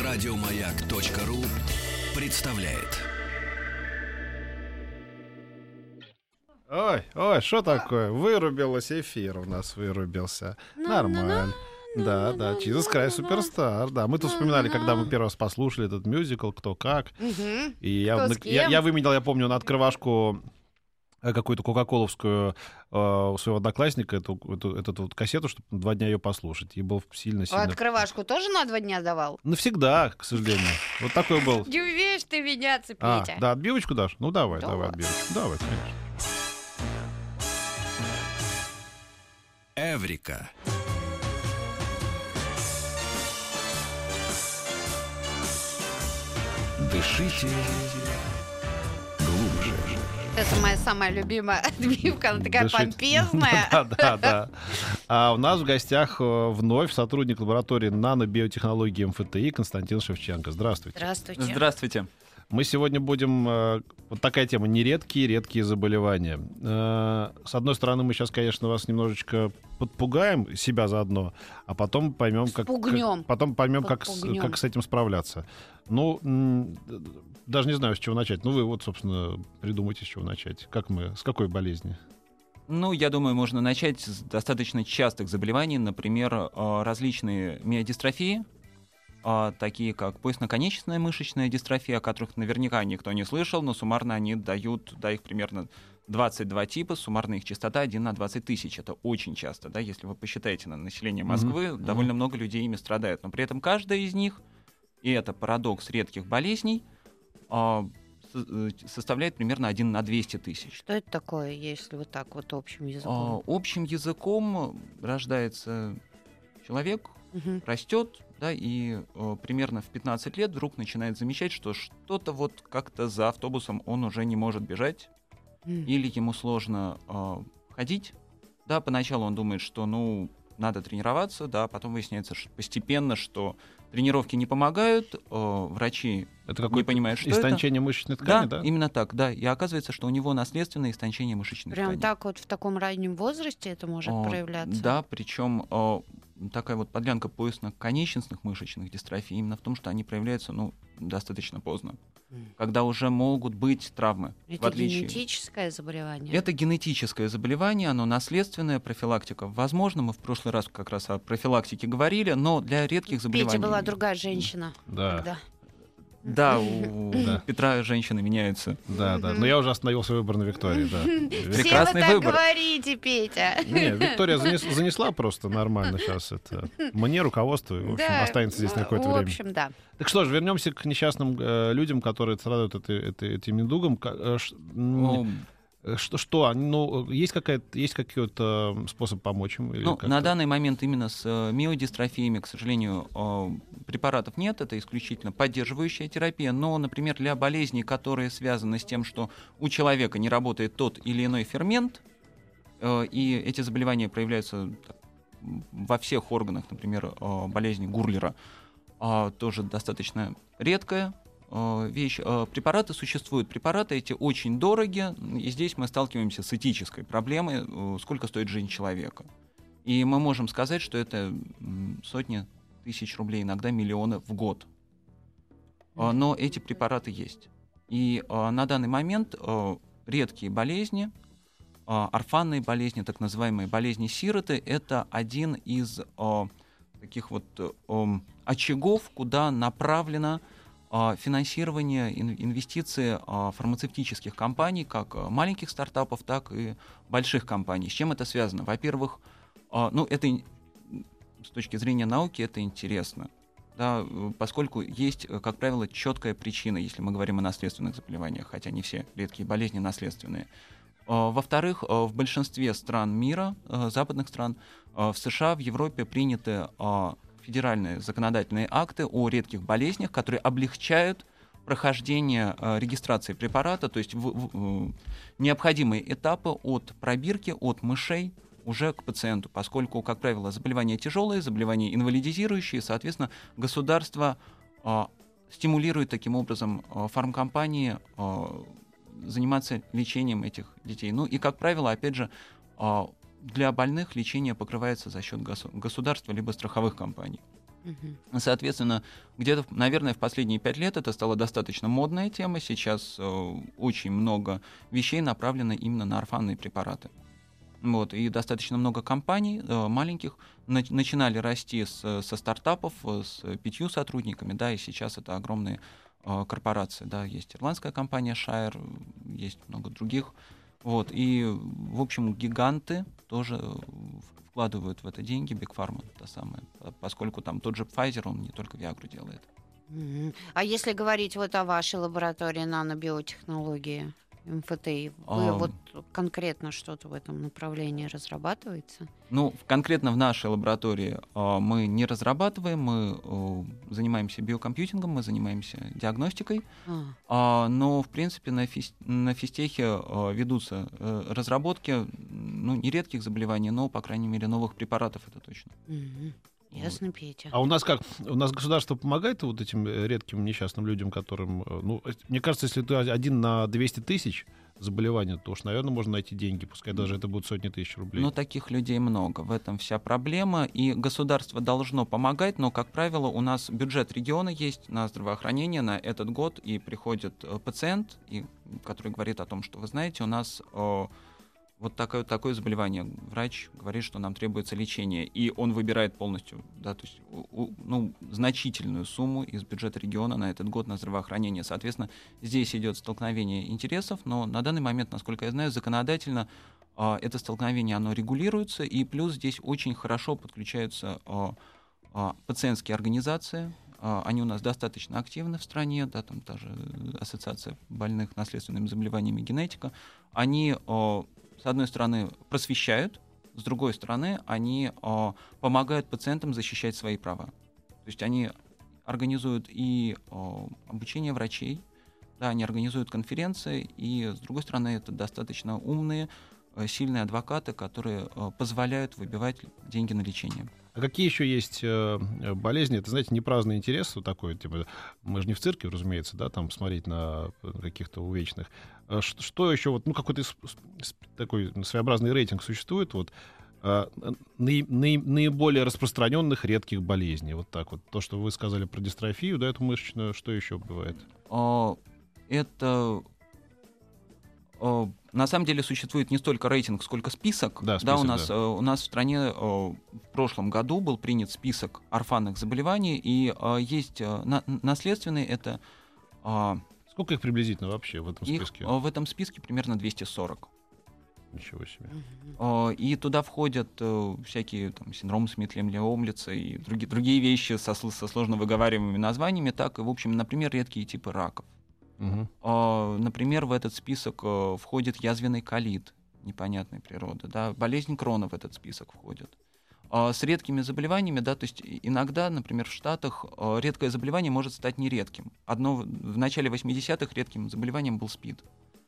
Радиомаяк.ру представляет. Ой, что такое? Вырубился эфир, у нас вырубился. Нормально. Да, Jesus Christ Superstar. Да, мы тут вспоминали, когда мы первый раз послушали этот мюзикл, кто как. И я выменял, я помню, на открывашку какую-то кока-коловскую у своего одноклассника, эту вот кассету, чтобы 2 дня ее послушать. И был сильно. Открывашку тоже на 2 дня давал? Навсегда, к сожалению. Вот такой был. Не умеешь ты меняться, Петя. Да, отбивочку дашь? Ну, давай отбивочку. Давай, конечно. Эврика. Дышите глубже. Это моя самая любимая отбивка, она такая помпезная. Да. А у нас в гостях вновь сотрудник лаборатории нанобиотехнологии МФТИ Константин Шевченко. Здравствуйте. Здравствуйте. Мы сегодня будем... Вот такая тема. Редкие заболевания. С одной стороны, мы сейчас, конечно, вас немножечко подпугаем, себя заодно, а потом поймем, как с этим справляться. Ну, даже не знаю, с чего начать. Ну, вы вот, собственно, придумайте, с чего начать. С какой болезни? Ну, я думаю, можно начать с достаточно частых заболеваний, например, различные миодистрофии, такие как поясно-конечная мышечная дистрофия, о которых наверняка никто не слышал, но суммарно они дают, их примерно 22 типа, суммарно их частота 1 на 20 тысяч. Это очень часто, да, если вы посчитаете на население Москвы, довольно много людей ими страдают. Но при этом каждая из них, и это парадокс редких болезней, составляет примерно 1 на 200 тысяч. Что это такое, если вот так вот общим языком? Общим языком рождается человек, растет, да, и примерно в 15 лет вдруг начинает замечать, что что-то вот как-то за автобусом он уже не может бежать, или ему сложно ходить. Да, поначалу он думает, что, надо тренироваться, да, потом выясняется постепенно, что тренировки не помогают, врачи не понимают, что истончение мышечной ткани, да? Да, именно так, да. И оказывается, что у него наследственное истончение мышечной ткани. Прям так вот в таком раннем возрасте это может проявляться? Да, причем такая вот подлянка поясно-конечностных мышечных дистрофий именно в том, что они проявляются, достаточно поздно, когда уже могут быть травмы. Это генетическое заболевание? Это генетическое заболевание, оно наследственное, профилактика возможна. Мы в прошлый раз как раз о профилактике говорили, но для редких заболеваний... Петя была другая женщина. Да. Тогда. Да, у Петра женщины меняются. Да. Но я уже остановил свой выбор на Виктории, да. Прекрасный Все вы выбор. так говорите, Петя. Не, Виктория занесла просто нормально сейчас это. Мне руководство, в общем, останется здесь на какое-то время. В общем, да. Так что ж, вернемся к несчастным людям, которые страдают этим недугом. Есть какой-то способ помочь им? На данный момент именно с миодистрофиями, к сожалению, препаратов нет, это исключительно поддерживающая терапия, но, например, для болезней, которые связаны с тем, что у человека не работает тот или иной фермент, и эти заболевания проявляются во всех органах, например, болезнь Гурлера, тоже достаточно редкая вещь. Препараты существуют. Препараты эти очень дороги, и здесь мы сталкиваемся с этической проблемой, сколько стоит жизнь человека. И мы можем сказать, что это сотни тысяч рублей, иногда миллионы в год. Но эти препараты есть. И на данный момент редкие болезни, орфанные болезни, так называемые болезни-сироты, это один из таких вот очагов, куда направлено финансирование, инвестиции фармацевтических компаний, как маленьких стартапов, так и больших компаний. С чем это связано? Во-первых, это с точки зрения науки это интересно, да, поскольку есть, как правило, четкая причина, если мы говорим о наследственных заболеваниях, хотя не все редкие болезни наследственные. Во-вторых, в большинстве стран мира, западных стран, в США, в Европе приняты федеральные законодательные акты о редких болезнях, которые облегчают прохождение регистрации препарата, то есть необходимые этапы от пробирки, от мышей уже к пациенту, поскольку, как правило, заболевания тяжелые, заболевания инвалидизирующие, соответственно, государство стимулирует таким образом фармкомпании заниматься лечением этих детей. Ну и, как правило, опять же, для больных лечение покрывается за счет государства либо страховых компаний. Соответственно, где-то, наверное, в последние 5 лет это стала достаточно модная тема. Сейчас очень много вещей направлено именно на орфанные препараты. Вот, и достаточно много компаний маленьких начинали расти со стартапов, с 5 сотрудниками, да, и сейчас это огромные корпорации. Да, есть ирландская компания Shire, есть много других. Вот, и, в общем, гиганты тоже вкладывают в это деньги, Big Pharma, та самая, поскольку там тот же Pfizer, он не только Viagra делает. А если говорить вот о вашей лаборатории нанобиотехнологии МФТИ, вы вот конкретно что-то в этом направлении разрабатываете? Ну, конкретно в нашей лаборатории мы не разрабатываем, мы занимаемся биокомпьютингом, мы занимаемся диагностикой, но, в принципе, на физтехе ведутся разработки, ну, не редких заболеваний, но, по крайней мере, новых препаратов, это точно. Ясно, Петя. А у нас как? У нас государство помогает вот этим редким несчастным людям, которым... Ну, мне кажется, если ты 1 на 200 тысяч заболеваний, то уж, наверное, можно найти деньги, пускай даже это будут сотни тысяч рублей. Но таких людей много, в этом вся проблема, и государство должно помогать, но, как правило, у нас бюджет региона есть на здравоохранение на этот год, и приходит пациент, который говорит о том, что, вы знаете, у нас... Вот такое заболевание. Врач говорит, что нам требуется лечение, и он выбирает полностью, да, то есть, значительную сумму из бюджета региона на этот год на здравоохранение. Соответственно, здесь идет столкновение интересов, но на данный момент, насколько я знаю, законодательно это столкновение оно регулируется, и плюс здесь очень хорошо подключаются пациентские организации. Они у нас достаточно активны в стране, да, там даже Ассоциация больных наследственными заболеваниями генетика. Они с одной стороны, просвещают, с другой стороны, они помогают пациентам защищать свои права. То есть они организуют и обучение врачей, да, они организуют конференции, и, с другой стороны, это достаточно умные, сильные адвокаты, которые позволяют выбивать деньги на лечение. А какие еще есть болезни? Это, знаете, непраздный интерес вот такой. Типа, мы же не в цирке, разумеется, да, там смотреть на каких-то увечных. Что еще, вот, ну, какой-то такой своеобразный рейтинг существует, вот, наиболее распространенных редких болезней. Вот так вот. То, что вы сказали про дистрофию, да, эту мышечную, что еще бывает? Это... На самом деле существует не столько рейтинг, сколько список. Да, список, у нас в стране в прошлом году был принят список орфанных заболеваний, и есть наследственные, это... Сколько их приблизительно вообще в этом списке? В этом списке примерно 240. Ничего себе. И туда входят всякие там, синдромы Смит-Лемли-Омлица и другие вещи со сложно выговариваемыми названиями, так и, в общем, например, редкие типы раков. Например, в этот список входит язвенный колит непонятной природы, да, болезнь Крона в этот список входит. С редкими заболеваниями, да, то есть иногда, например, в Штатах редкое заболевание может стать нередким. В начале 80-х редким заболеванием был СПИД.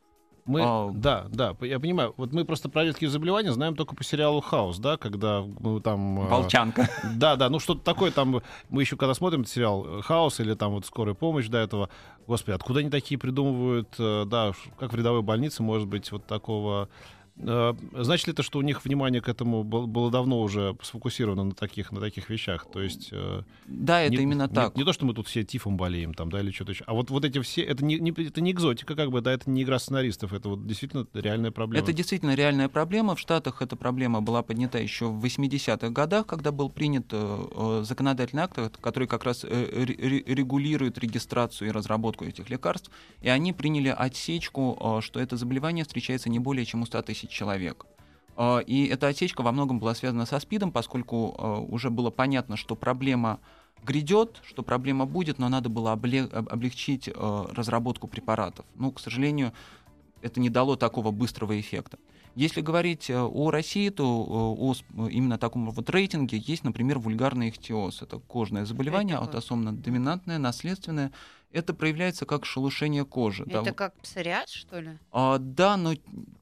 Да, я понимаю. Вот мы просто про редкие заболевания знаем только по сериалу «Хаус», да, когда там... Волчанка. Да, ну что-то такое там... Мы еще когда смотрим этот сериал «Хаус» или там вот «Скорая помощь» до этого, господи, откуда они такие придумывают, да, как в рядовой больнице может быть вот такого... Значит ли это, что у них внимание к этому было давно уже сфокусировано на таких вещах? То есть, да, это именно так. Не то, что мы тут все тифом болеем, там, да, или что-то еще. А вот эти все, это не экзотика, как бы, да, это не игра сценаристов, это вот действительно реальная проблема. Это действительно реальная проблема. В Штатах эта проблема была поднята еще в 80-х годах, когда был принят законодательный акт, который как раз регулирует регистрацию и разработку этих лекарств, и они приняли отсечку, что это заболевание встречается не более чем у 100 тысяч человек. И эта отсечка во многом была связана со СПИДом, поскольку уже было понятно, что проблема грядет, что проблема будет, но надо было облегчить разработку препаратов. Ну, к сожалению, это не дало такого быстрого эффекта. Если говорить о России, то именно таком вот рейтинге есть, например, вульгарный ихтиоз. Это кожное заболевание, аутосомно-доминантное, наследственное. Это проявляется как шелушение кожи. Это да, как псориаз, что ли? Да, но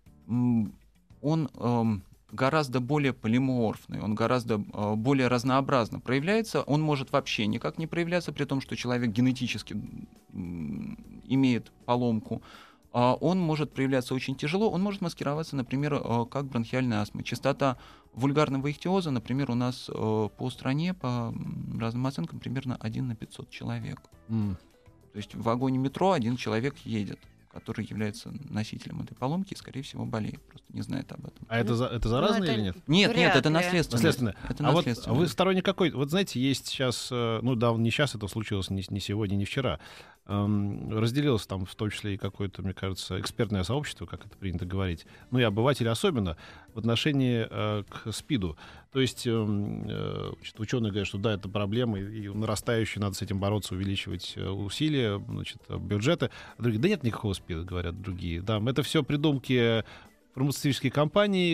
он гораздо более полиморфный, он гораздо более разнообразно проявляется. Он может вообще никак не проявляться, при том, что человек генетически имеет поломку. он может проявляться очень тяжело, он может маскироваться, например, как бронхиальная астма. Частота вульгарного ихтиоза, например, у нас по стране, по разным оценкам, примерно 1 на 500 человек. То есть в вагоне метро один человек едет, который является носителем этой поломки и, скорее всего, болеет. Просто не знает об этом. А это заразно или нет? Нет, это наследственно. А вы сторонник какой? Вот знаете, есть сейчас, не сейчас это случилось, не сегодня, не вчера, разделилось там в том числе и какое-то, мне кажется, экспертное сообщество, как это принято говорить, и обыватели особенно, в отношении к СПИДу. То есть ученые говорят, что да, это проблема, и нарастающая, надо с этим бороться, увеличивать усилия, бюджеты. А другие, да нет никакого СПИДа, говорят другие. Да, это все придумки фармацевтические компании,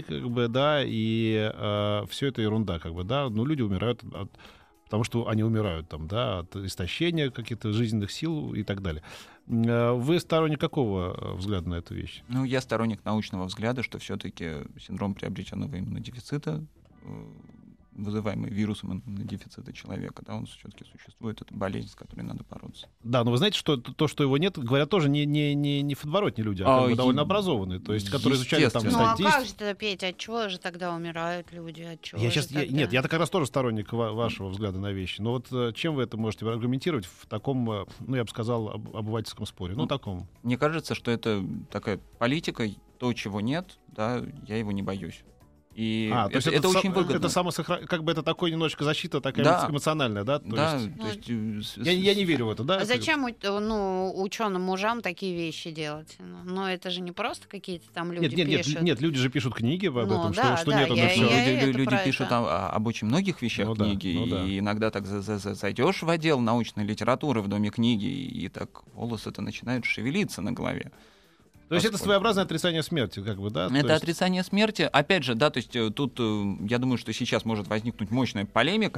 и все это ерунда, люди умирают потому что они умирают от истощения каких-то жизненных сил и так далее. Вы сторонник какого взгляда на эту вещь? Я сторонник научного взгляда, что все-таки синдром приобретенного иммунодефицита, вызываемый вирусом иммунодефицита человека, он все-таки существует, это болезнь, с которой надо бороться. Да, но вы знаете, что то, что его нет, говорят тоже не подворотни люди, довольно образованные, то есть, которые изучали статистику. А как же, Петя, от чего же тогда умирают люди? Я как раз тоже сторонник вашего взгляда на вещи. Но чем вы это можете аргументировать в таком, я бы сказал, обывательском споре? Таком. Мне кажется, что это такая политика, то, чего нет, я его не боюсь. И это очень выгодно. Это это такой немножечко защита такая эмоциональная, да? Я не верю в это, да? А зачем ученым мужам такие вещи делать? Но это же не просто какие-то там люди пишут. Нет, люди же пишут книги об этом, что нет. Люди пишут об очень многих вещах книги, и иногда так зайдешь в отдел научной литературы в Доме книги, и так волосы-то начинают шевелиться на голове. То есть это своеобразное отрицание смерти, да? Это отрицание смерти. Опять же, то есть тут, я думаю, что сейчас может возникнуть мощная полемика.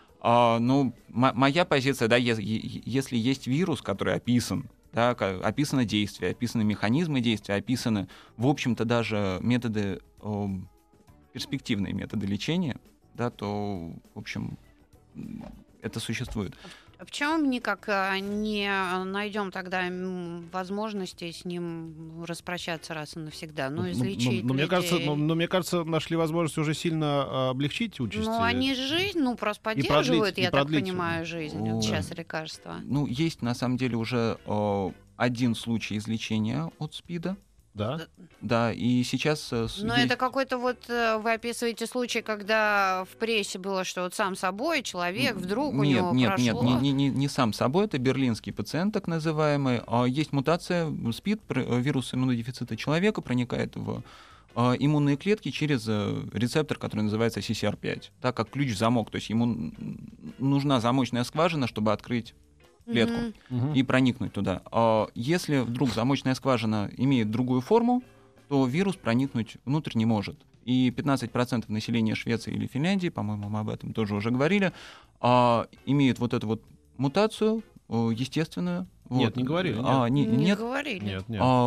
Моя позиция, если есть вирус, который описан, описано действие, описаны механизмы действия, описаны, в общем-то, даже методы, перспективные методы лечения, то, в общем, это существует. А почему мы никак не найдем тогда возможности с ним распрощаться раз и навсегда? Излечить людей? Мне кажется, нашли возможность уже сильно облегчить участь. Они жизнь, просто поддерживают, я так понимаю, жизнь. Сейчас лекарства. Есть, на самом деле, уже один случай излечения от СПИДа. Да? Да, и сейчас... Но это какой-то вы описываете случай, когда в прессе было, что сам собой человек вдруг у него прошло... Нет, не сам собой, это берлинский пациент, так называемый. Есть мутация СПИД, вирус иммунодефицита человека проникает в иммунные клетки через рецептор, который называется CCR5, как ключ в замок. То есть ему нужна замочная скважина, чтобы открыть клетку и проникнуть туда. Если вдруг замочная скважина имеет другую форму, то вирус проникнуть внутрь не может. И 15% населения Швеции или Финляндии, по-моему, мы об этом тоже уже говорили, имеют эту мутацию естественную. Нет, не говорили. Не говорили.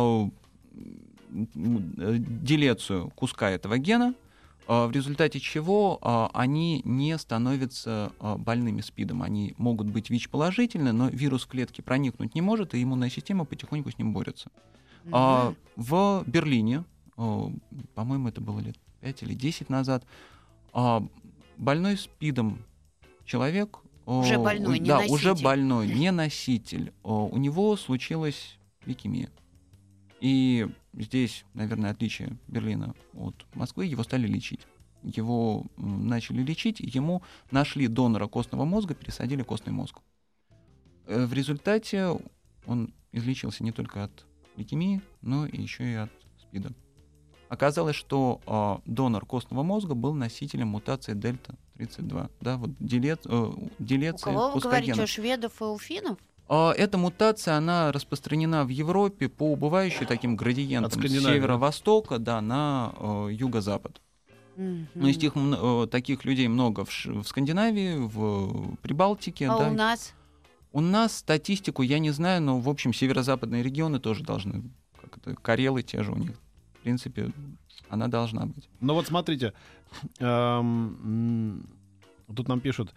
Делецию куска этого гена, в результате чего они не становятся больными СПИДом. Они могут быть ВИЧ-положительны, но вирус в клетке проникнуть не может, и иммунная система потихоньку с ним борется. В Берлине, по-моему, это было лет 5 или 10 назад, больной СПИДом человек... Уже больной, не носитель. Уже больной, не носитель. У него случилась лейкемия. И здесь, наверное, отличие Берлина от Москвы, его стали лечить. Его начали лечить, ему нашли донора костного мозга, пересадили костный мозг. В результате он излечился не только от лейкемии, но еще и от СПИДа. Оказалось, что донор костного мозга был носителем мутации дельта-32. Делеция. У кого вы говорите, у шведов и у финнов? Эта мутация, она распространена в Европе по убывающей таким градиентам с северо-востока на юго-запад. Но из таких людей много в Скандинавии, в Прибалтике. А у нас? У нас статистику я не знаю, но, в общем, северо-западные регионы тоже должны. Карелы те же у них. В принципе, она должна быть. Ну смотрите, тут нам пишут,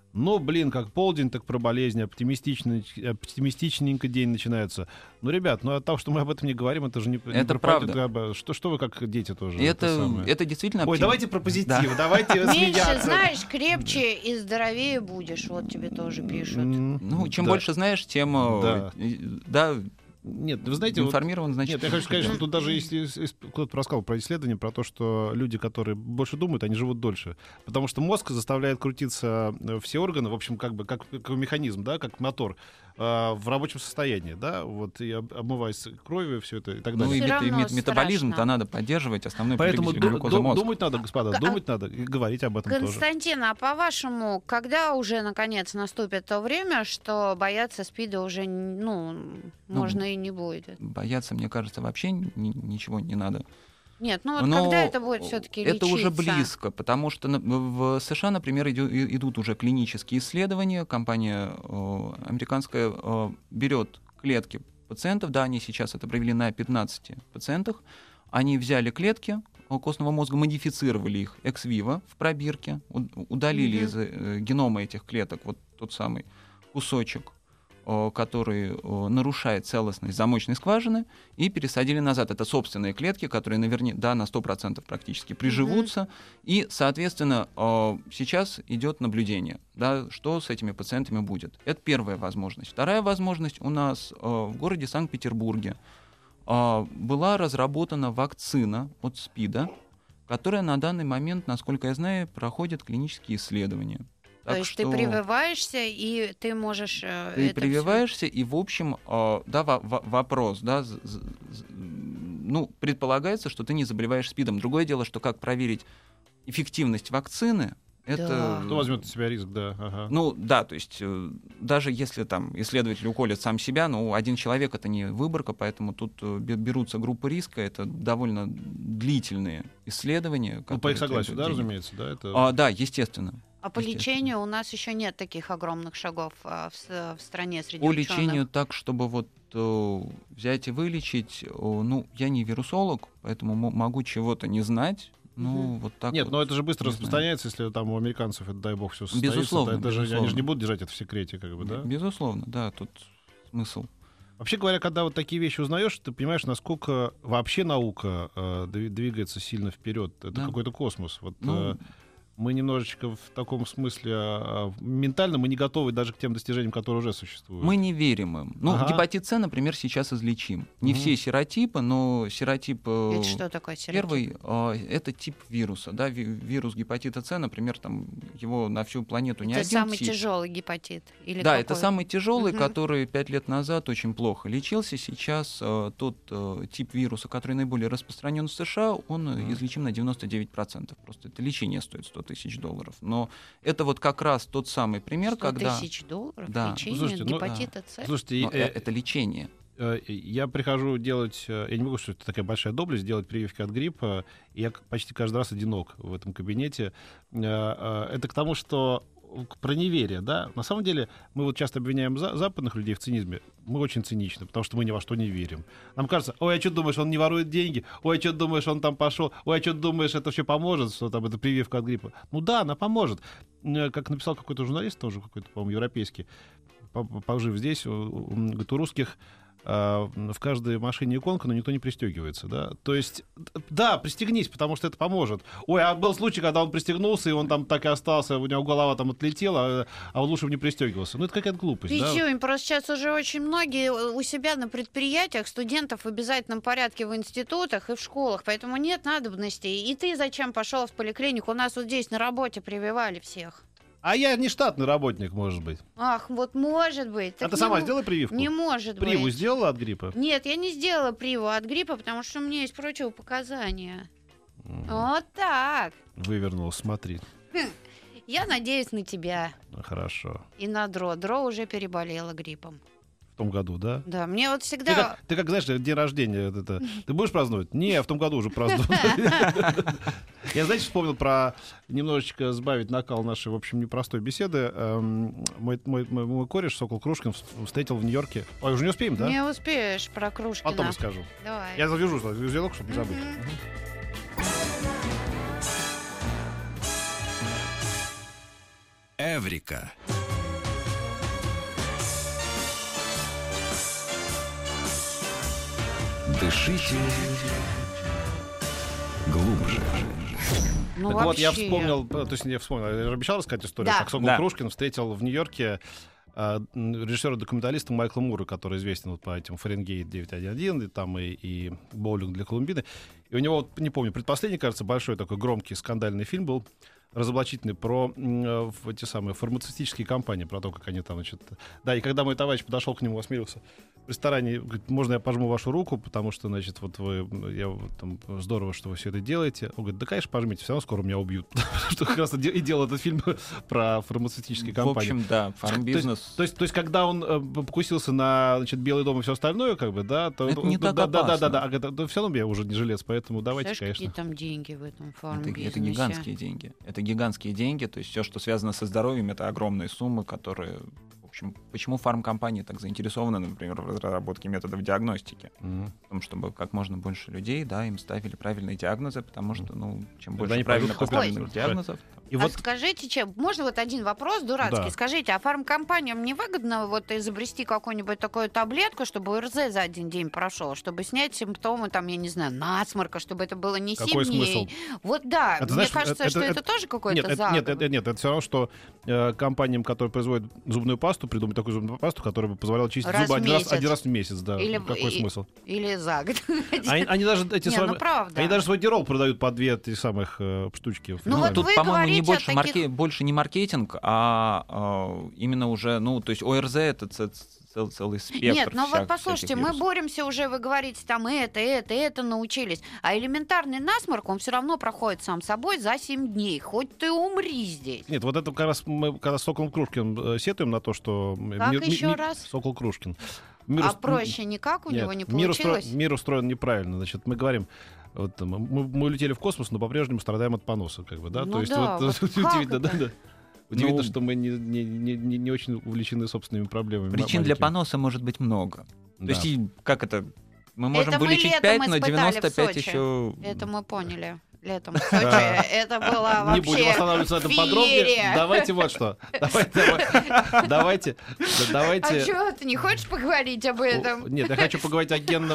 Ну, блин, как полдень, так про болезни, оптимистичненько день начинается. Ну, ребят, ну от того, что мы об этом не говорим, это же не... Это правда. Что вы как дети тоже? Это действительно... Ой, давайте про позитив, давайте Меньше смеяться. знаешь, крепче и здоровее будешь. Вот тебе тоже пишут. Ну, чем Да. больше знаешь, тем... Да, Нет, вы знаете, информирован, значит... Нет, я хочу сказать, что тут даже если кто-то рассказал про исследование, про то, что люди, которые больше думают, они живут дольше. Потому что мозг заставляет крутиться все органы, в общем, как механизм, да, как мотор, в рабочем состоянии, да, вот, и обмываясь кровью, все это и так далее. Ну и Всё равно метаболизм-то страшно. надо поддерживать, основной Поэтому потребитель глюкозы мозг. думать надо, господа, думать надо и говорить об этом тоже. Константин, а по-вашему, когда уже наконец наступит то время, что бояться СПИДа уже, можно и не будет? Бояться, мне кажется, вообще ничего не надо. Нет, ну вот Но когда это будет все-таки лечиться? это уже близко, потому что в США, например, идут уже клинические исследования. Компания американская берет клетки пациентов, да, они сейчас это провели на 15 пациентах. Они взяли клетки костного мозга, модифицировали их экс-виво в пробирке, удалили из генома этих клеток вот тот самый кусочек, который нарушает целостность замочной скважины, и пересадили назад. Это собственные клетки, которые наверняка, на 100% практически приживутся. И, соответственно, сейчас идет наблюдение, да, что с этими пациентами будет. Это первая возможность. Вторая возможность у нас в городе Санкт-Петербурге была разработана вакцина от СПИДа, которая на данный момент, насколько я знаю, проходит клинические исследования. То есть ты прививаешься, и ты можешь... Ты прививаешься, и, в общем, вопрос, да, предполагается, что ты не заболеваешь СПИДом. Другое дело, что как проверить эффективность вакцины, это... Кто возьмет на себя риск, да. Ага. Ну, да, то есть даже если там исследователь уколет сам себя, один человек — это не выборка, поэтому тут берутся группы риска, это довольно длительные исследования. Ну, по их согласию, да, разумеется, да? Да, естественно. А по лечению у нас еще нет таких огромных шагов в стране среди По ученых. лечению так, чтобы взять и вылечить, я не вирусолог, поэтому могу чего-то не знать. Вот так. Нет, вот, но это же быстро распространяется, если там у американцев, это, дай бог, все состоится. Безусловно, Они же не будут держать это в секрете, да? Безусловно, да, тут смысл. Вообще говоря, когда вот такие вещи узнаешь, ты понимаешь, насколько вообще наука двигается сильно вперед. Это какой-то космос. Мы немножечко в таком смысле ментально мы не готовы даже к тем достижениям, которые уже существуют. Мы не верим им. Гепатит С, например, сейчас излечим. Не все серотипы, но серотип это что такое серотип? первый это тип вируса. Да? Вирус гепатита С, например, там его на всю планету не один Это самый тип. тяжелый гепатит? Или да, какой? это самый тяжелый, который 5 лет назад очень плохо лечился. Сейчас тот тип вируса, который наиболее распространен в США, он излечим на 99%. Просто это лечение стоит $100 000. Но это вот как раз тот самый пример, когда... $100 000? Да. Лечение Слушайте, гепатита С? Слушайте, это лечение. Я прихожу делать... Я не могу, что это такая большая доблесть, делать прививки от гриппа. И я почти каждый раз одинок в этом кабинете. Это к тому, что про неверие, да? На самом деле мы вот часто обвиняем западных людей в цинизме. Мы очень циничны, потому что мы ни во что не верим. Нам кажется, ой, а что думаешь, он не ворует деньги? Ой, а что думаешь, он там пошел? Ой, а что думаешь, это все поможет, что там это прививка от гриппа? Ну да, она поможет. Как написал какой-то журналист, тоже какой-то, по-моему, европейский, пожив здесь, говорит, у русских в каждой машине иконка, но никто не пристегивается, да. То есть, да, пристегнись, потому что это поможет. Ой, а был случай, когда он пристегнулся, и он там так и остался, у него голова там отлетела, а он лучше бы не пристегивался. Ну, это какая-то глупость, да? Причем, просто сейчас уже очень многие у себя на предприятиях студентов в обязательном порядке в институтах и в школах, поэтому нет надобности. И ты зачем пошел в поликлинику? У нас вот здесь на работе прививали всех. А я не штатный работник, может быть. Ах, вот может быть. А ты сама сделала прививку? Не может быть. Прививку сделала от гриппа? Нет, я не сделала прививку от гриппа, потому что у меня есть противопоказания. Вот так. Вывернул, смотри. Я надеюсь на тебя. Хорошо. И на Дро. Дро уже переболела гриппом. В том году, да? Да, мне вот всегда... Ты как знаешь, день рождения, ты будешь праздновать? Не, я в том году уже праздновал. Я, знаете, вспомнил про немножечко сбавить накал нашей, в общем, непростой беседы. Мой кореш, Сокол Крушкин, встретил в Нью-Йорке. Ой, уже не успеем, да? Не успеешь про Крушкина. Потом расскажу. Давай. Я завяжу звонок, чтобы не забыть. Эврика. Дышите глубже. Ну, Так вот, я вообще. вспомнил, то есть я же обещал рассказать историю, Да. как Сокол Да. Крушкин встретил в Нью-Йорке режиссера-документалиста Майкла Мура, который известен вот по этим «Фаренгейт 911», и там и «Боулинг для Колумбины». И у него, вот, не помню, предпоследний, кажется, большой такой громкий скандальный фильм был, разоблачительный, про эти самые фармацевтические компании, про то, как они там, значит... Да, и когда мой товарищ подошел к нему, осмелился в ресторане, говорит: можно я пожму вашу руку, потому что, значит, вот там, здорово, что вы все это делаете. Он говорит: да, конечно, пожмите, все равно скоро меня убьют. Потому что как раз и делал этот фильм про фармацевтические В компании. общем, да, фармбизнес. То есть, когда он покусился на, значит, Белый дом и все остальное, как бы, да, то Это не так да, опасно. все равно я уже не жилец, поэтому давайте, Знаешь, какие конечно. там деньги в этом Это фармбизнесе? гигантские деньги. Это гигантские деньги. То есть все, что связано со здоровьем, это огромные суммы, которые... В общем, почему фармкомпании так заинтересованы, например, в разработке методов диагностики? Мгм. В том, чтобы как можно больше людей, да, им ставили правильные диагнозы, потому что, ну, чем Тогда больше они правильно пойдут поставленных купить. диагнозов... И А вот скажите, можно вот один вопрос дурацкий? Да. Скажите, а фармкомпаниям не выгодно вот изобрести какую-нибудь такую таблетку, чтобы ОРЗ за один день прошел, чтобы снять симптомы, там, я не знаю, насморка, чтобы это было не 7 какой дней? смысл? Вот да, Это, мне знаешь, кажется, что это тоже какой-то Нет, заговор. нет, это все равно, что компаниям, которые производят зубную пасту, придумать такую зубную пасту, которая бы позволяла чистить Раз зубы в месяц. один раз в месяц, да. Или- Какой и- смысл? Или за год. Они даже эти Не, самые... ну правда. Они даже свой дирол продают по 2 этих самых штучки. Ну, вот Тут, вы по-моему, не говорите больше, о больше не маркетинг, а именно уже, ну, то есть ОРЗ — это целый спектр. Нет, ну вот всяких послушайте, мы вирусов. боремся уже, вы говорите, там это научились. А элементарный насморк, он все равно проходит сам собой за 7 дней. Хоть ты умри здесь. Нет, вот это как раз мы, когда с Соколом Крушкиным сетуем на то, что... Как еще раз? Сокол Крушкин. А проще никак у него не мир получилось? мир устроен неправильно. Значит, мы говорим, вот, там, мы улетели в космос, но по-прежнему страдаем от поноса, как бы, да? Ну то есть да, вот, вот удивительно, как это? да. Удивительно, Ну, что мы не очень увлечены собственными проблемами. Причин для маленькими. поноса может быть много. Да. То есть, как это? Мы можем Это мы вылечить летом 5, но испытали в 95 Сочи. еще... Это мы поняли. Летом в Сочи. Это было вообще Не будем останавливаться на этом подробнее. феерия. Давайте вот что. Давайте. А что, ты не хочешь поговорить об этом? Нет, я хочу поговорить о генной,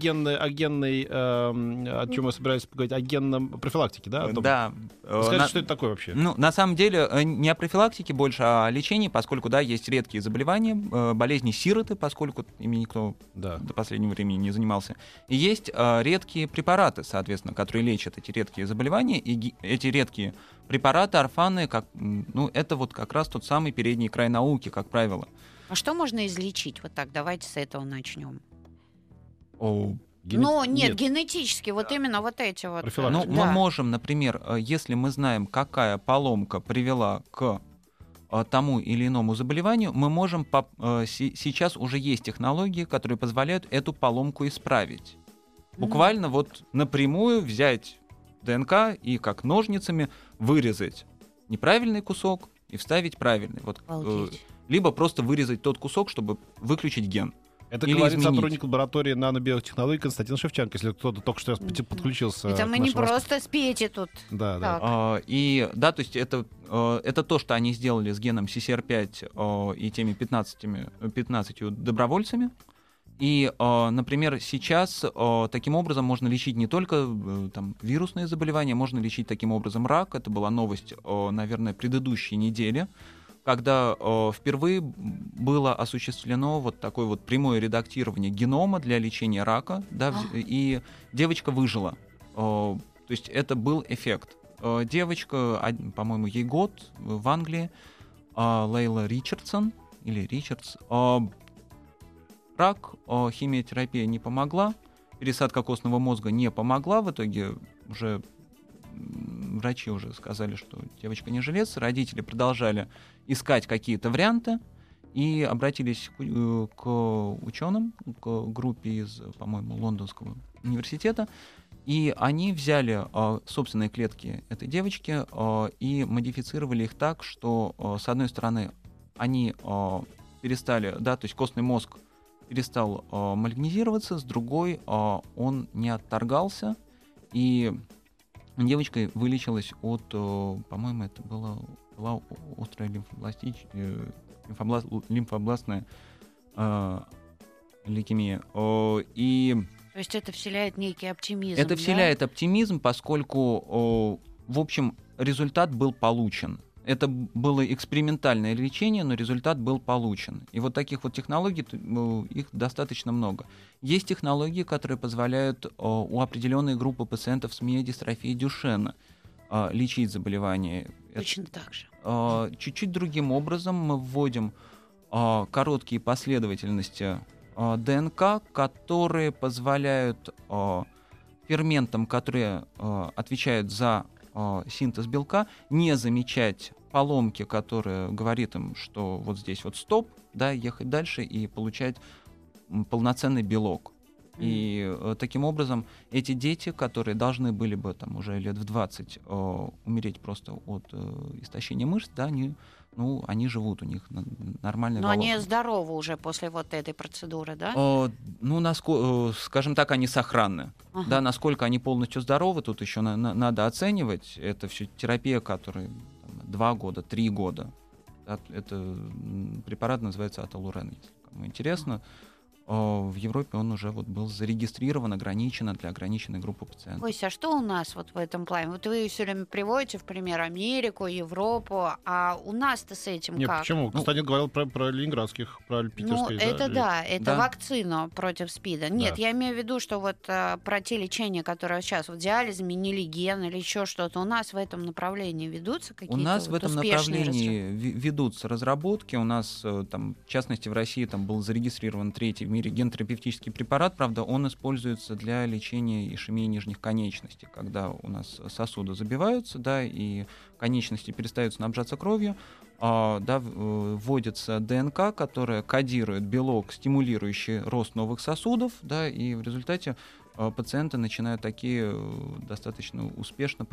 о чем я собираюсь поговорить, о генном профилактике, да? О том. Да. Скажите, что это такое вообще? Ну, на самом деле, не о профилактике больше, а о лечении, поскольку, да, есть редкие заболевания, болезни сироты, поскольку ими никто Да. до последнего времени не занимался. И есть редкие препараты, соответственно, которые лечат эти редкие заболевания. И эти редкие препараты, орфаны, ну, это вот как раз тот самый передний край науки, как правило. А что можно излечить? Вот так, давайте с этого начнем. О, Ну, нет, генетически, вот именно вот эти вот. Профилактика. Ну, мы можем, например, если мы знаем, какая поломка привела к тому или иному заболеванию, мы можем сейчас уже есть технологии, которые позволяют эту поломку исправить. Буквально вот напрямую взять ДНК и как ножницами вырезать неправильный кусок и вставить правильный. Вот, Обалдеть. либо просто вырезать тот кусок, чтобы выключить ген. Это Или говорит изменить. сотрудник лаборатории нанобиотехнологий Константин Шевченко, если кто-то только что подключился. Это к мы не нашему просто спейте тут. Да, да. Так. И да, то есть это то, что они сделали с геном CCR5 и теми 15 добровольцами. И, например, сейчас таким образом можно лечить не только там, вирусные заболевания, можно лечить таким образом рак. Это была новость, наверное, предыдущей недели, когда впервые было осуществлено вот такое вот прямое редактирование генома для лечения рака, да, и девочка выжила. То есть это был эффект. Девочка, по-моему, ей год в Англии, Лейла Ричардсон, или Ричардс, рак, химиотерапия не помогла, пересадка костного мозга не помогла, в итоге уже врачи уже сказали, что девочка не жилец, родители продолжали искать какие-то варианты и обратились к ученым, к группе из, по-моему, Лондонского университета, и они взяли собственные клетки этой девочки и модифицировали их так, что, с одной стороны, они перестали, да, то есть костный мозг перестал мальгнизироваться, с другой он не отторгался, и девочка вылечилась от, по-моему, это было была острая лимфобластная лейкемия. И То есть это вселяет некий оптимизм. это вселяет оптимизм, поскольку, в общем, результат был получен. Это было экспериментальное лечение, но результат был получен. И вот таких вот технологий, их достаточно много. Есть технологии, которые позволяют у определенной группы пациентов с миодистрофией Дюшена лечить заболевание. Точно так же. Чуть-чуть другим образом мы вводим короткие последовательности ДНК, которые позволяют ферментам, которые отвечают за синтез белка, не замечать поломки, которые говорит им, что вот здесь вот стоп, да, ехать дальше и получать полноценный белок. И таким образом эти дети, которые должны были бы там уже лет в 20 умереть просто от истощения мышц, да, они живут, у них нормальная Но они здоровы уже после вот этой процедуры, да? Скажем так, они сохранны. Ага. Да, насколько они полностью здоровы, тут еще надо оценивать. Это все терапия, которая 2 года, 3 года. Это препарат называется аталурен, если кому интересно. В Европе он уже вот был зарегистрирован ограниченно для ограниченной группы пациентов. Ой, а что у нас вот в этом плане? Вот вы все время приводите в пример Америку, Европу, а у нас-то с этим Нет, как? почему? Константин говорил про ленинградских, про питерских. Это вакцину против СПИДа. Нет, я имею в виду, что вот про те лечения, которые сейчас вот диализом, Нилиген или еще что-то, у нас в этом направлении ведутся какие-то? У нас в этом направлении ведутся ведутся разработки. У нас, там, в частности, в России там был зарегистрирован 3-й в мире ген-терапевтический препарат, правда, он используется для лечения ишемии нижних конечностей, когда у нас сосуды забиваются, да, и конечности перестают снабжаться кровью, вводится ДНК, которая кодирует белок, стимулирующий рост новых сосудов, да, и в результате пациенты начинают такие достаточно успешно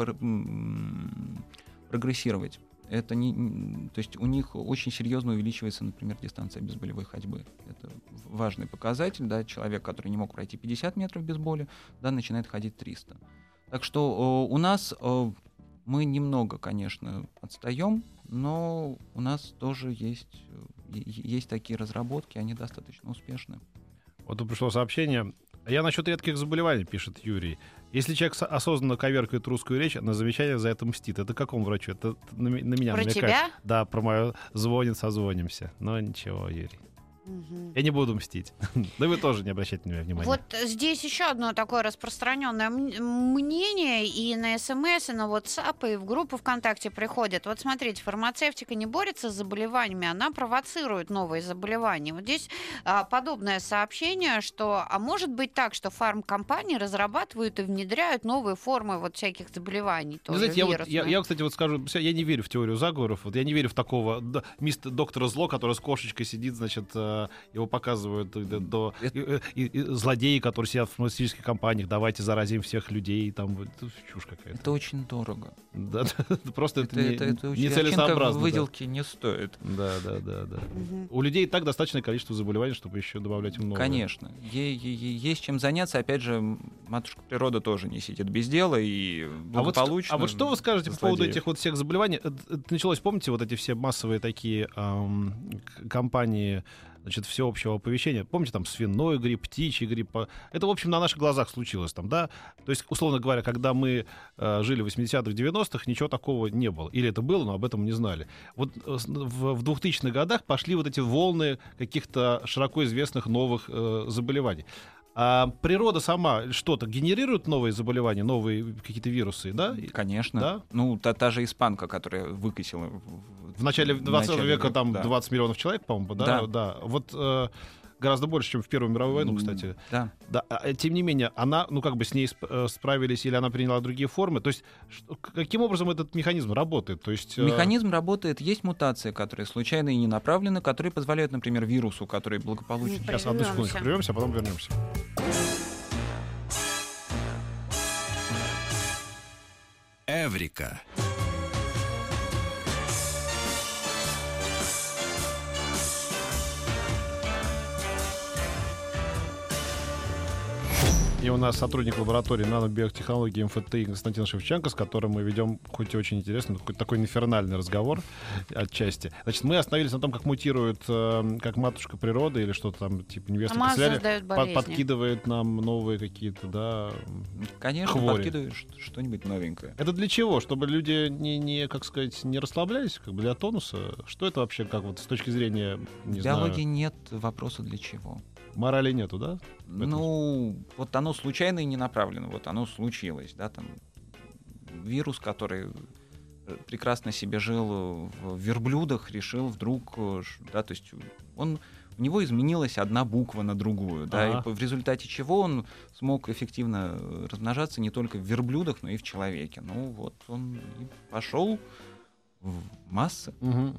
прогрессировать. То есть у них очень серьезно увеличивается, например, дистанция безболевой ходьбы. Это важный показатель, да, человек, который не мог пройти 50 метров без боли, да, начинает ходить 300. Так что у нас мы немного, конечно, отстаем, но у нас тоже есть такие разработки, они достаточно успешны. Вот тут пришло сообщение. Я насчет редких заболеваний, пишет Юрий. Если человек осознанно коверкает русскую речь, на замечание за это мстит. Это какому врачу? Это на меня Про намекает. тебя? Да, про мою созвонимся. Но ничего, Юрий. Угу. Я не буду мстить. Да вы тоже не обращайте на меня внимания. Вот здесь еще одно такое распространенное мнение и на СМС, и на WhatsApp, и в группу ВКонтакте приходят. Вот смотрите, фармацевтика не борется с заболеваниями, она провоцирует новые заболевания. Вот здесь подобное сообщение, что, а может быть так, что фармкомпании разрабатывают и внедряют новые формы вот всяких заболеваний. Тоже знаете, я, кстати, вот скажу, я не верю в теорию заговоров, вот я не верю в такого доктора зло, который с кошечкой сидит, значит, его показывают и злодеи, которые сидят в фармацевтических компаниях, давайте заразим всех людей, там чушь какая-то. Это очень дорого. Да, просто это очень нецелесообразно. Выделки не стоит. Да. Угу. У людей и так достаточное количество заболеваний, чтобы еще добавлять много. Конечно. Есть чем заняться. Опять же, матушка природа тоже не сидит без дела и благополучно. А вот что вы скажете по поводу этих вот всех заболеваний? Это началось, помните, вот эти все массовые такие кампании, значит, всеобщего оповещения. Помните, там, свиной грипп, птичий грипп. Это, в общем, на наших глазах случилось там, да? То есть, условно говоря, когда мы жили в 80-х, 90-х, ничего такого не было. Или это было, но об этом не знали. Вот в 2000-х годах пошли вот эти волны каких-то широко известных новых заболеваний. А природа сама что-то генерирует новые заболевания, новые какие-то вирусы, да? Конечно. Да? Ну, та же испанка, которая выкосила в начале 20 века там да. 20 миллионов человек, по-моему, да? Да. Вот гораздо больше, чем в Первую мировую войну, кстати. Да. Тем не менее, она, с ней справились, или она приняла другие формы. То есть, каким образом этот механизм работает? То есть, механизм работает. Есть мутации, которые случайно и не направлены, которые позволяют, например, вирусу, который благополучно... Сейчас одну секундочку прервемся, а потом вернемся. Эврика. И у нас сотрудник лаборатории нанобиотехнологии МФТИ Константин Шевченко, с которым мы ведем хоть и очень интересный, но какой-то такой инфернальный разговор отчасти. Значит, мы остановились на том, как мутирует, как матушка природа или что-то там, типа невеста канцелярия подкидывает нам новые какие-то, да, конечно, хвори. подкидываешь что-нибудь новенькое. Это для чего? Чтобы люди не, как сказать, не расслаблялись, как бы для тонуса? Что это вообще, как вот с точки зрения, не В биологии знаю, нет вопроса для чего. морали нету, да? Ну, вот оно случайно и не направлено, вот оно случилось, да, там вирус, который прекрасно себе жил в верблюдах, решил вдруг, да, то есть у него изменилась одна буква на другую, да, и в результате чего он смог эффективно размножаться не только в верблюдах, но и в человеке. Ну вот он и пошел в массы.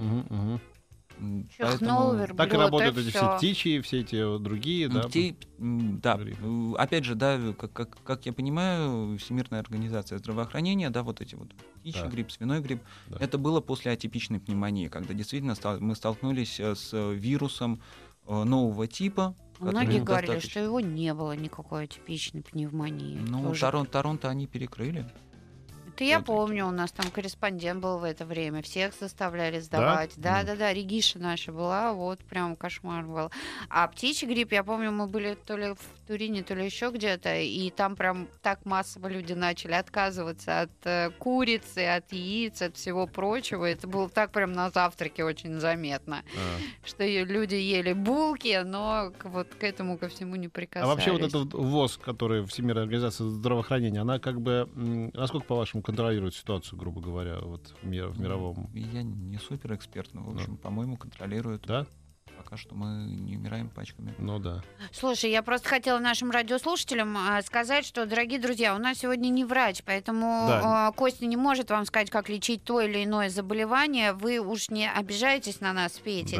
Чихнул верблюд, так и работают и эти всё. все птичьи, все эти другие, да? Да, опять же, да, как я понимаю, Всемирная организация здравоохранения, да, вот эти вот птичий грипп, свиной грипп, Да. это было после атипичной пневмонии, когда действительно мы столкнулись с вирусом нового типа. Многие который говорили, достаточно- что его не было никакой атипичной пневмонии. Ну, Тоже. Торонто они перекрыли. Это я это- помню, у нас там корреспондент был в это время, всех заставляли сдавать. Да, Региша наша была, вот прям кошмар был. А птичий грипп, я помню, мы были то ли в Турине, то ли еще где-то, и там прям так массово люди начали отказываться от курицы, от яиц, от всего прочего. Это было так прям на завтраке очень заметно, что люди ели булки, но вот к этому ко всему не А прикасались. вообще вот этот ВОЗ, который Всемирная организация здравоохранения, она как бы, насколько, по-вашему, контролирует ситуацию, грубо говоря, вот в мировом? Я не супер эксперт, но, в общем, по-моему, контролируют. Да? Пока что мы не умираем пачками. Ну да. Слушай, я просто хотела нашим радиослушателям сказать, что, дорогие друзья, у нас сегодня не врач, поэтому Да. Костя не может вам сказать, как лечить то или иное заболевание. Вы уж не обижаетесь на нас, Петя,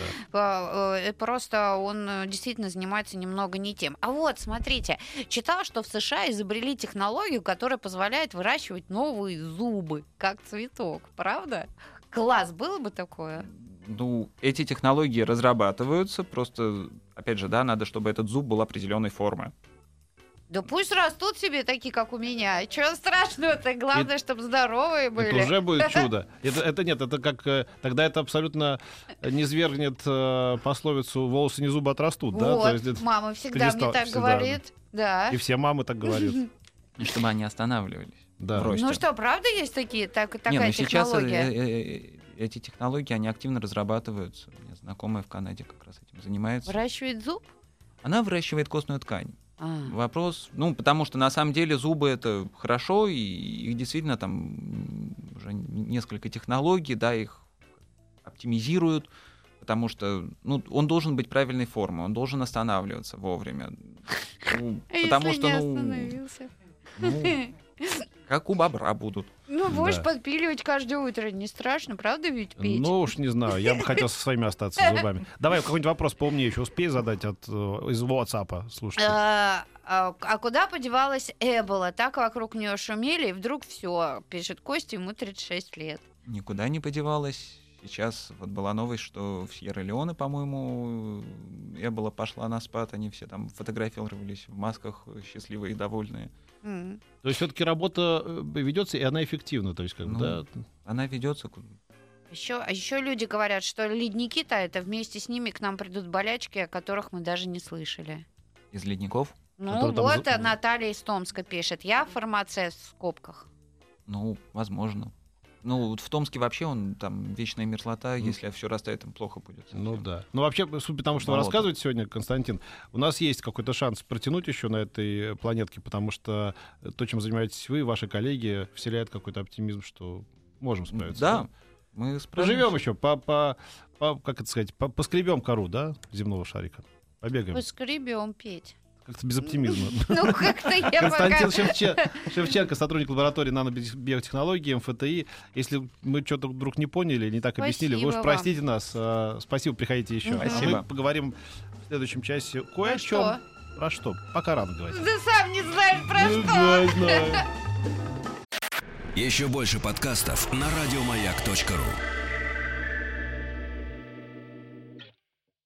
да? Просто он действительно занимается немного не тем. А вот, смотрите, читал, что в США изобрели технологию, которая позволяет выращивать новые зубы, как цветок. Правда? Класс, было бы такое? Ну, эти технологии разрабатываются, просто, опять же, да, надо, чтобы этот зуб был определенной формы. Да пусть растут себе такие, как у меня. Чего страшного-то? Главное, чтобы здоровые были. Это уже будет чудо. Это нет, это как... Тогда это абсолютно низвергнет пословицу «волосы не зубы отрастут». Да? Вот, То есть это мама всегда мне так всегда, говорит. Да. И все мамы так говорят. И чтобы они останавливались. Да. в росте. Ну что, правда есть такая Не, ну технология? сейчас эти технологии, они активно разрабатываются. У меня знакомая в Канаде как раз этим занимается. Выращивает зуб? Она выращивает костную ткань. А. Вопрос, ну, потому что на самом деле зубы это хорошо, и их действительно там уже несколько технологий, да, их оптимизируют, потому что, ну, он должен быть правильной формы, он должен останавливаться вовремя. Ну, А потому если что, не ну, остановился? как у бобра будут. Ну, будешь Да. подпиливать каждое утро. Не страшно, правда ведь, Петь? Ну уж не знаю, я бы хотел со своими остаться зубами. Давай какой-нибудь вопрос поумнее еще успей задать из WhatsApp, слушайте. А куда подевалась Эбола? Так вокруг нее шумели, и вдруг все, пишет Костя, ему 36 лет. Никуда не подевалась. Сейчас вот была новость, что в Сьерра-Леоне, по-моему, Эбола пошла на спад, они все там фотографировались в масках, счастливые и довольные. М. То есть все-таки работа ведется, и она эффективна. То есть, как бы, Ну, да. Она ведется. А еще люди говорят, что ледники тают, а вместе с ними к нам придут болячки, о которых мы даже не слышали. Из ледников. Ну Которые там вот, за- Наталья из Томска пишет. Я фармацевт в скобках. Ну, возможно. Ну, вот в Томске вообще там вечная мерзлота, если все растает, им плохо будет. Ну совсем. да. Ну вообще, суть потому, что вы Болото. рассказываете сегодня, Константин, у нас есть какой-то шанс протянуть еще на этой планетке, потому что то, чем занимаетесь вы, ваши коллеги, вселяет какой-то оптимизм, что можем справиться. Да, мы справимся. Поживем еще, как это сказать, поскребем кору, да, земного шарика. Побегаем. Поскребем, Петь. Как-то без оптимизма. Ну, как-то я пока... Константин Шевченко, сотрудник лаборатории нанобиотехнологии МФТИ. Если мы что-то вдруг не поняли, не так объяснили, вы уж Спасибо простите нас. Спасибо, приходите еще. А Спасибо. мы поговорим в следующем часе кое о Про чем. что? Про что? Пока рано говорить. Ты сам не знаешь про Ну, что. знаю. Еще больше подкастов на радиомаяк.ру.